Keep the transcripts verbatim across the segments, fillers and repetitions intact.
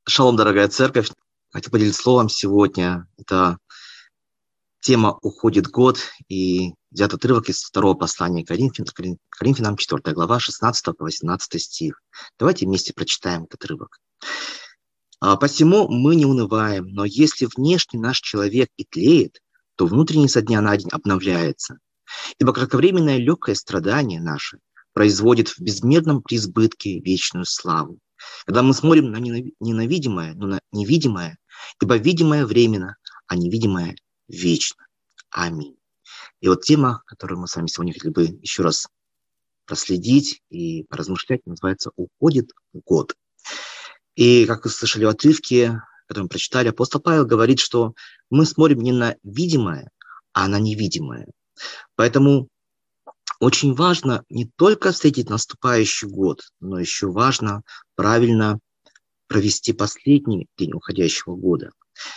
Шалом, дорогая церковь. Хочу поделиться словом сегодня. Это тема «Уходит год», и взят отрывок из второго послания Коринфян, Коринфянам, четвёртая глава, шестнадцатый по восемнадцатый стих. Давайте вместе прочитаем этот отрывок. «А посему мы не унываем, но если внешний наш человек и тлеет, то внутренний со дня на день обновляется. Ибо кратковременное легкое страдание наше производит в безмерном преизбытке вечную славу. Когда мы смотрим на ненавидимое, но на невидимое, ибо видимое временно, а невидимое вечно. Аминь». И вот тема, которую мы с вами сегодня хотели бы еще раз проследить и поразмышлять, называется «Уходит год». И, как вы слышали в отрывке, который мы прочитали, апостол Павел говорит, что мы смотрим не на видимое, а на невидимое. Поэтому очень важно не только встретить наступающий год, но еще важно правильно провести последний день уходящего года.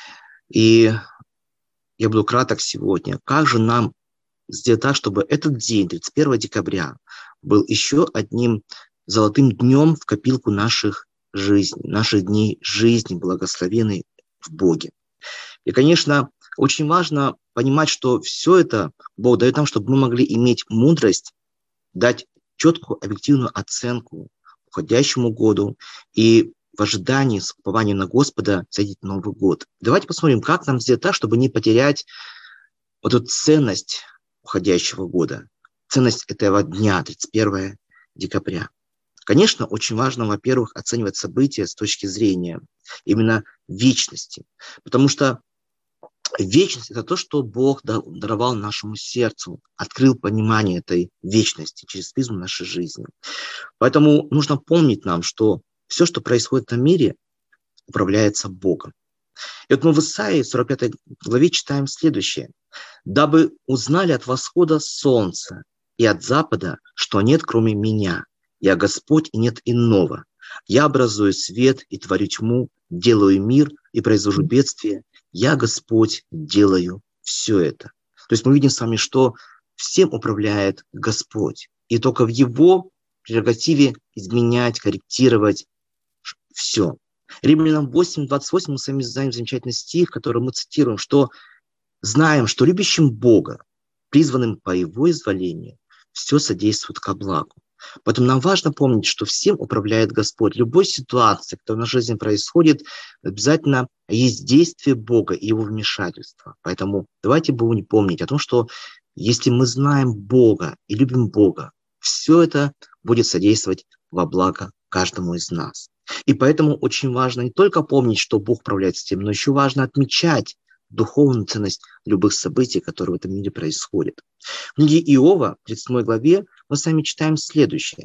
И я буду краток сегодня. Как же нам сделать так, чтобы этот день, тридцать первого декабря, был еще одним золотым днем в копилку наших жизней, наших дней жизни, благословенной в Боге? И, конечно, очень важно понимать, что все это Бог дает нам, чтобы мы могли иметь мудрость, дать четкую объективную оценку уходящему году и в ожидании, с упованием на Господа зайдет Новый год. Давайте посмотрим, как нам сделать так, чтобы не потерять вот эту ценность уходящего года, ценность этого дня, тридцать первого декабря. Конечно, очень важно, во-первых, оценивать события с точки зрения именно вечности, потому что вечность – это то, что Бог даровал нашему сердцу, открыл понимание этой вечности через призму нашей жизни. Поэтому нужно помнить нам, что все, что происходит в мире, управляется Богом. И вот мы в Исаии сорок пятой главе читаем следующее. «Дабы узнали от восхода солнца и от запада, что нет кроме меня. Я Господь, и нет иного. Я образую свет и творю тьму, делаю мир и произвожу бедствие. Я Господь, делаю все это». То есть мы видим с вами, что всем управляет Господь. И только в Его прерогативе изменять, корректировать все. Римлянам восемь двадцать восемь мы с вами знаем замечательный стих, который мы цитируем, что знаем, что любящим Бога, призванным по Его изволению, все содействует ко благу. Поэтому нам важно помнить, что всем управляет Господь. Любой ситуации, которая в нашей жизни происходит, обязательно есть действие Бога и Его вмешательство. Поэтому давайте будем помнить о том, что если мы знаем Бога и любим Бога, все это будет содействовать во благо каждому из нас. И поэтому очень важно не только помнить, что Бог управляет всем, но еще важно отмечать духовную ценность любых событий, которые в этом мире происходят. В книге Иова, в тридцать седьмой главе, мы с вами читаем следующее.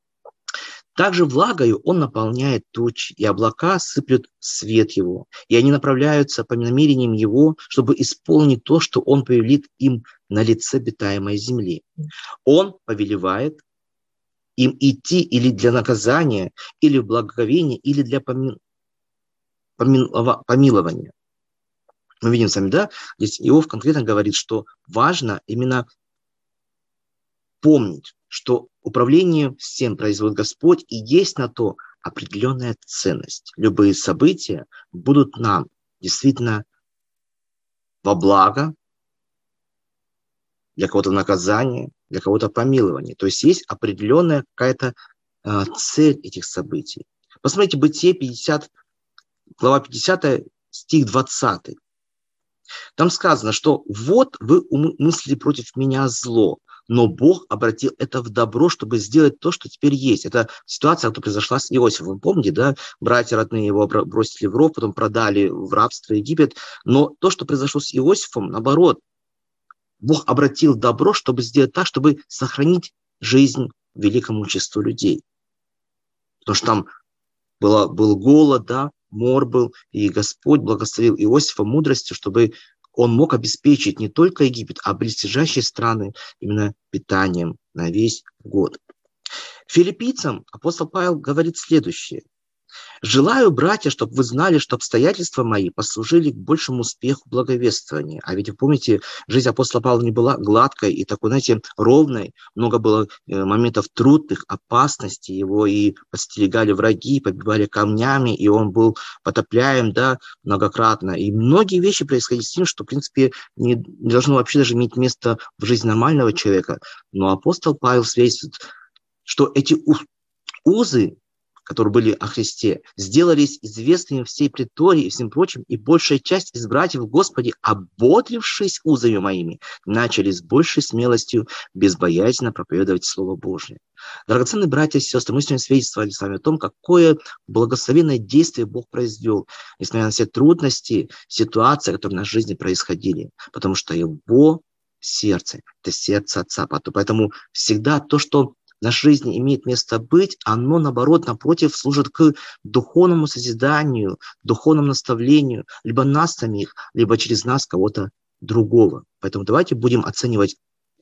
«Также влагою он наполняет тучи, и облака сыплют свет его, и они направляются по намерениям его, чтобы исполнить то, что он повелит им на лице обитаемой земли. Он повелевает им идти или для наказания, или в благоговение, или для помил... помил... помилования». Мы видим сами, да, здесь Иов конкретно говорит, что важно именно помнить, что управление всем производит Господь, и есть на то определенная ценность. Любые события будут нам действительно во благо, для кого-то наказание, для кого-то помилование. То есть есть определенная какая-то э, цель этих событий. Посмотрите, Бытие пятьдесят, глава пятьдесят, стих двадцатый. Там сказано, что вот вы умыслили против меня зло, но Бог обратил это в добро, чтобы сделать то, что теперь есть. Это ситуация, которая произошла с Иосифом. Вы помните, да? Братья родные его бросили в ров, потом продали в рабство Египет. Но то, что произошло с Иосифом, наоборот, Бог обратил в добро, чтобы сделать так, чтобы сохранить жизнь великому числу людей. Потому что там было, был голод, да, мор был, и Господь благословил Иосифа мудростью, чтобы он мог обеспечить не только Египет, а близлежащие страны именно питанием на весь год. Филиппийцам апостол Павел говорит следующее. Желаю, братья, чтобы вы знали, что обстоятельства мои послужили к большему успеху благовествования. А ведь вы помните, жизнь апостола Павла не была гладкой и такой, знаете, ровной. Много было моментов трудных, опасностей. Его и подстерегали враги, побивали камнями, и он был потопляем, да, многократно. И многие вещи происходили с ним, что, в принципе, не, не должно вообще даже иметь место в жизни нормального человека. Но апостол Павел свидетельствует, что эти узы, которые были о Христе, сделались известными всей претории и всем прочим, и большая часть из братьев в Господе, ободрившись узами моими, начали с большей смелостью безбоязненно проповедовать Слово Божие. Драгоценные братья и сестры, мы сегодня свидетельствовали с вами о том, какое благословенное действие Бог произвел, несмотря на все трудности, ситуации, которые в нашей жизни происходили, потому что Его сердце – это сердце Отца. Поэтому всегда то, что в нашей жизни имеет место быть, оно, наоборот, напротив, служит к духовному созиданию, духовному наставлению, либо нас самих, либо через нас кого-то другого. Поэтому давайте будем оценивать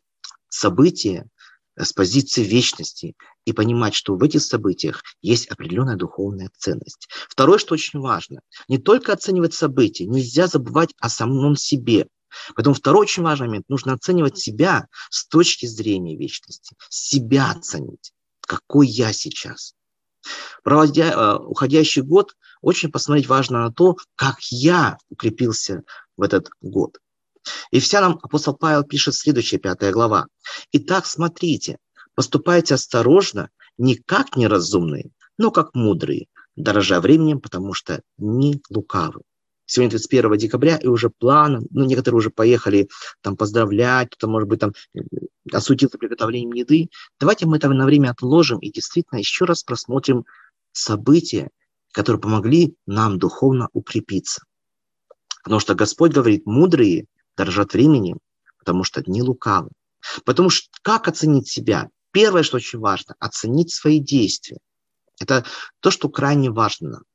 события с позиции вечности и понимать, что в этих событиях есть определенная духовная ценность. Второе, что очень важно, не только оценивать события, нельзя забывать о самом себе. Поэтому второй очень важный момент. Нужно оценивать себя с точки зрения вечности. Себя оценить. Какой я сейчас. Проводя э, уходящий год, очень посмотреть важно на то, как я укрепился в этот год. И вся нам апостол Павел пишет следующая, пятая глава. «Итак, смотрите, поступайте осторожно, не как неразумные, но как мудрые, дорожа временем, потому что не лукавы». Сегодня тридцать первого декабря, и уже планы, ну, некоторые уже поехали там поздравлять, кто-то, может быть, там осудился приготовлением еды. Давайте мы это на время отложим и действительно еще раз просмотрим события, которые помогли нам духовно укрепиться. Потому что Господь говорит, мудрые дорожат временем, потому что не лукавы. Потому что как оценить себя? Первое, что очень важно, оценить свои действия. Это то, что крайне важно нам.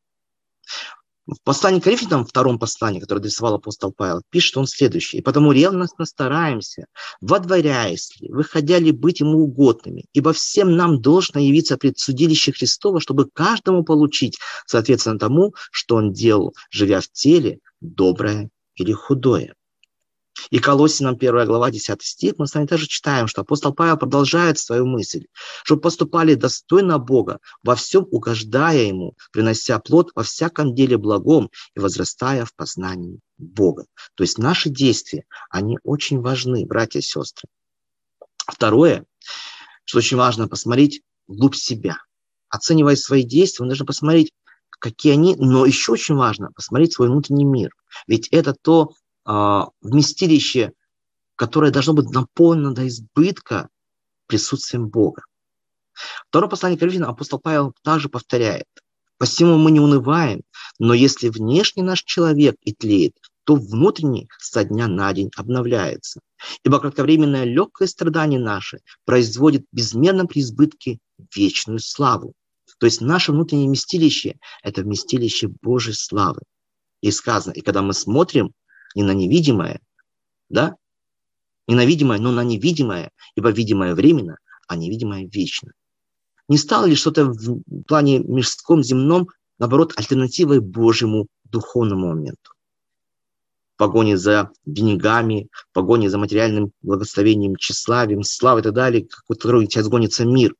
В послании к Коринфянам, втором послании, которое адресовал апостол Павел, пишет он следующее. «И потому ревностно стараемся, водворяясь ли, выходя ли быть ему угодными, ибо всем нам должно явиться пред судилище Христово, чтобы каждому получить, соответственно тому, что он делал, живя в теле, доброе или худое». И Колоссянам первая глава, десятый стих, мы с вами тоже читаем, что апостол Павел продолжает свою мысль, чтобы поступали достойно Бога, во всем угождая Ему, принося плод во всяком деле благом и возрастая в познании Бога. То есть наши действия, они очень важны, братья и сестры. Второе, что очень важно, посмотреть вглубь себя. Оценивая свои действия, мы должны посмотреть, какие они, но еще очень важно посмотреть свой внутренний мир. Ведь это то, вместилище, которое должно быть наполнено до избытка присутствием Бога. Второе послание к Коринфянам апостол Павел также повторяет. «Посему мы не унываем, но если внешний наш человек и тлеет, то внутренний со дня на день обновляется. Ибо кратковременное легкое страдание наше производит в безмерном преизбытке вечную славу». То есть наше внутреннее вместилище – это вместилище Божьей славы. И сказано, и когда мы смотрим не на невидимое, да, не на видимое, но на невидимое, ибо видимое временно, а невидимое вечно. Не стало ли что-то в плане мирском, земном, наоборот, альтернативой Божьему духовному моменту? В погоне за деньгами, в погоне за материальным благословением, тщеславием, славой и так далее, который сейчас гонится мир.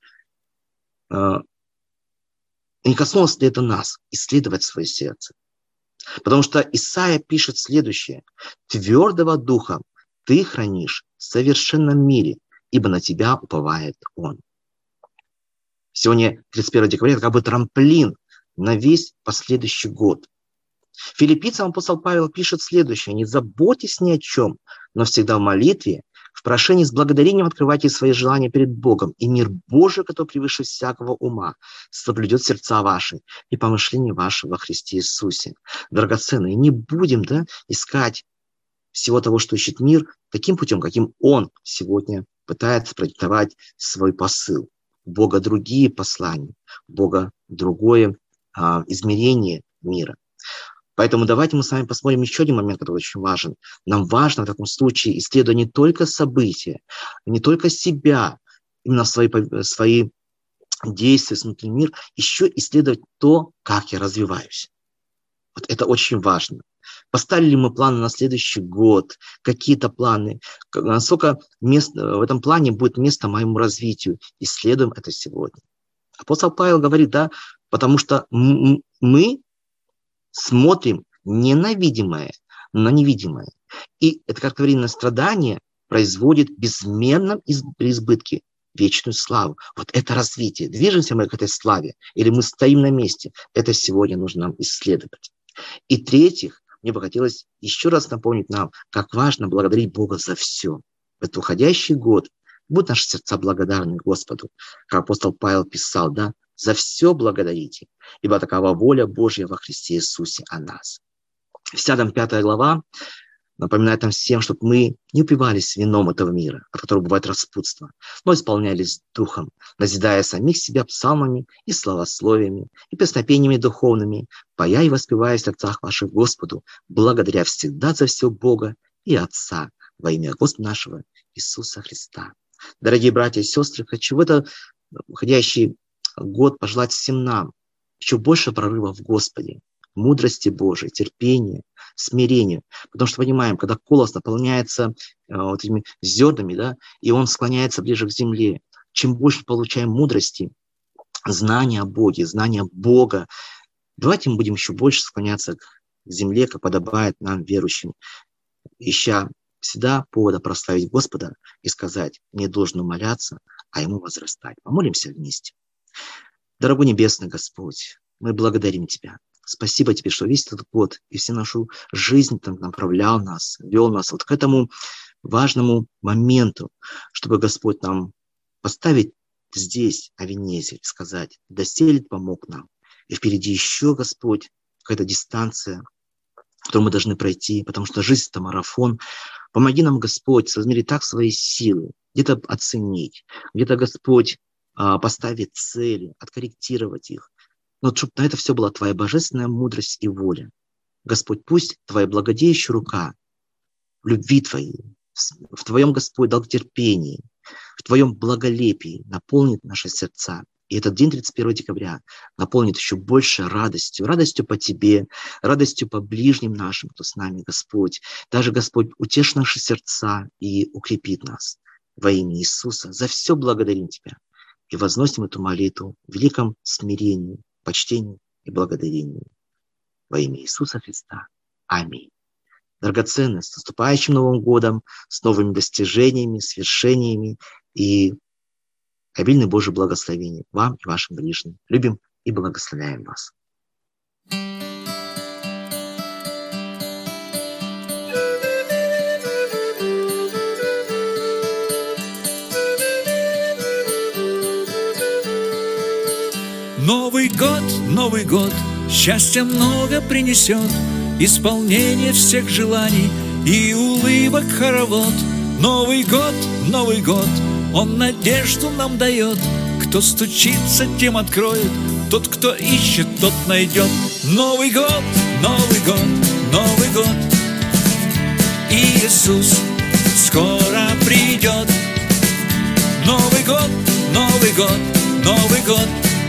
Не коснулось ли это нас, исследовать свое сердце? Потому что Исаия пишет следующее. «Твердого духа ты хранишь в совершенном мире, ибо на тебя уповает он». Сегодня, тридцать первого декабря, это как бы трамплин на весь последующий год. Филиппийцам апостол Павел пишет следующее. «Не заботьтесь ни о чем, но всегда в молитве, в прошении с благодарением открывайте свои желания перед Богом, и мир Божий, который превыше всякого ума, соблюдет сердца ваши и помышления ваши во Христе Иисусе». Драгоценные, не будем, да, искать всего того, что ищет мир, таким путем, каким он сегодня пытается продиктовать свой посыл. У Бога другие послания, у Бога другое а, измерение мира. Поэтому давайте мы с вами посмотрим еще один момент, который очень важен. Нам важно в таком случае исследовать не только события, не только себя, именно свои, свои действуя внутри мир, еще исследовать то, как я развиваюсь. Вот это очень важно. Поставили ли мы планы на следующий год, какие-то планы, насколько место, в этом плане будет место моему развитию. Исследуем это сегодня. Апостол Павел говорит, да, потому что мы смотрим не на видимое, но на невидимое. И это кратковременное страдание производит в безмерном преизбытке вечную славу. Вот это развитие. Движемся мы к этой славе, или мы стоим на месте. Это сегодня нужно нам исследовать. И в-третьих, мне бы хотелось еще раз напомнить нам, как важно благодарить Бога за все. В этот уходящий год будут наши сердца благодарны Господу. Как апостол Павел писал, да, за все благодарите, ибо такова воля Божья во Христе Иисусе о нас. Вся там пятая глава напоминает нам всем, чтобы мы не упивались вином этого мира, от которого бывает распутство, но исполнялись духом, назидая самих себя псалмами и славословиями, и песнопениями духовными, поя и воспевая в сердцах ваших Господу, благодаря всегда за все Бога и Отца во имя Господа нашего Иисуса Христа. Дорогие братья и сестры, хочу в этот уходящий год пожелать всем нам еще больше прорыва в Господе, мудрости Божией, терпения, смирения. Потому что понимаем, когда колос наполняется э, вот этими зернами, да, и он склоняется ближе к земле, чем больше получаем мудрости, знания о Боге, знания Бога, давайте мы будем еще больше склоняться к земле, как подобает нам, верующим, ища всегда повода прославить Господа и сказать: не должен умоляться, а Ему возрастать. Помолимся вместе. Дорогой Небесный Господь, мы благодарим Тебя. Спасибо Тебе, что весь этот год и всю нашу жизнь Ты направлял нас, вел нас вот к этому важному моменту, чтобы Господь нам поставить здесь Авинезель, сказать: доселе помог нам. И впереди еще, Господь, какая-то дистанция, которую мы должны пройти, потому что жизнь — это марафон. Помоги нам, Господь, соизмерить так свои силы, где-то оценить, где-то, Господь, поставить цели, откорректировать их. Но чтобы на это все была Твоя божественная мудрость и воля. Господь, пусть Твоя благодеющая рука в любви Твоей, в Твоем, Господь, долготерпении, в Твоем благолепии наполнит наши сердца. И этот день, тридцать первого декабря, наполнит еще больше радостью, радостью по Тебе, радостью по ближним нашим, кто с нами, Господь. Даже, Господь, утешь наши сердца и укрепит нас. Во имя Иисуса за все благодарим Тебя и возносим эту молитву в великом смирении, почтении и благодарении. Во имя Иисуса Христа. Аминь. Драгоценные, с наступающим Новым годом, с новыми достижениями, свершениями и обильное Божие благословение вам и вашим ближним. Любим и благословляем вас. Новый год, Новый год, счастья много принесет, исполнение всех желаний и улыбок хоровод. Новый год, Новый год, он надежду нам дает. Кто стучится, тем откроет, тот, кто ищет, тот найдет. Новый год, Новый год, Новый год, Иисус скоро придет. Новый год, Новый год, Новый год,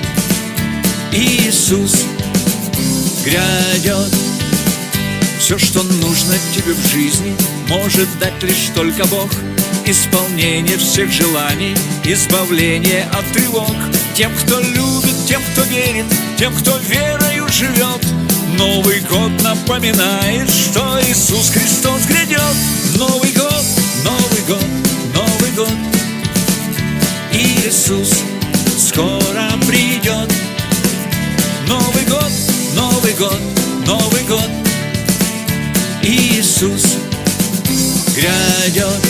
Иисус грядет. Все, что нужно тебе в жизни, может дать лишь только Бог. Исполнение всех желаний, избавление от тревог. Тем, кто любит, тем, кто верит, тем, кто верою живет. Новый год напоминает, что Иисус Христос грядет. Новый год, Новый год, Новый год, Иисус скоро придет. Новый год, Новый год, Новый год, Иисус грядет.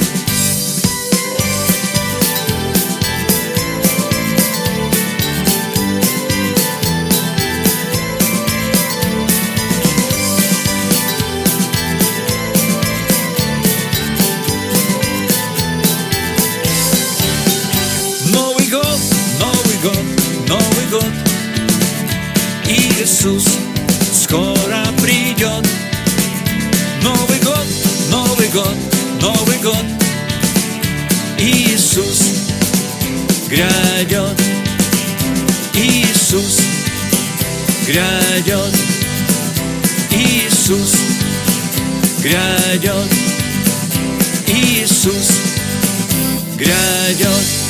Новый год, Новый год, Новый год, Иисус скоро придет. Новый год, Новый год, Новый год, Иисус грядет. Иисус грядет, Иисус грядет, Иисус грядет.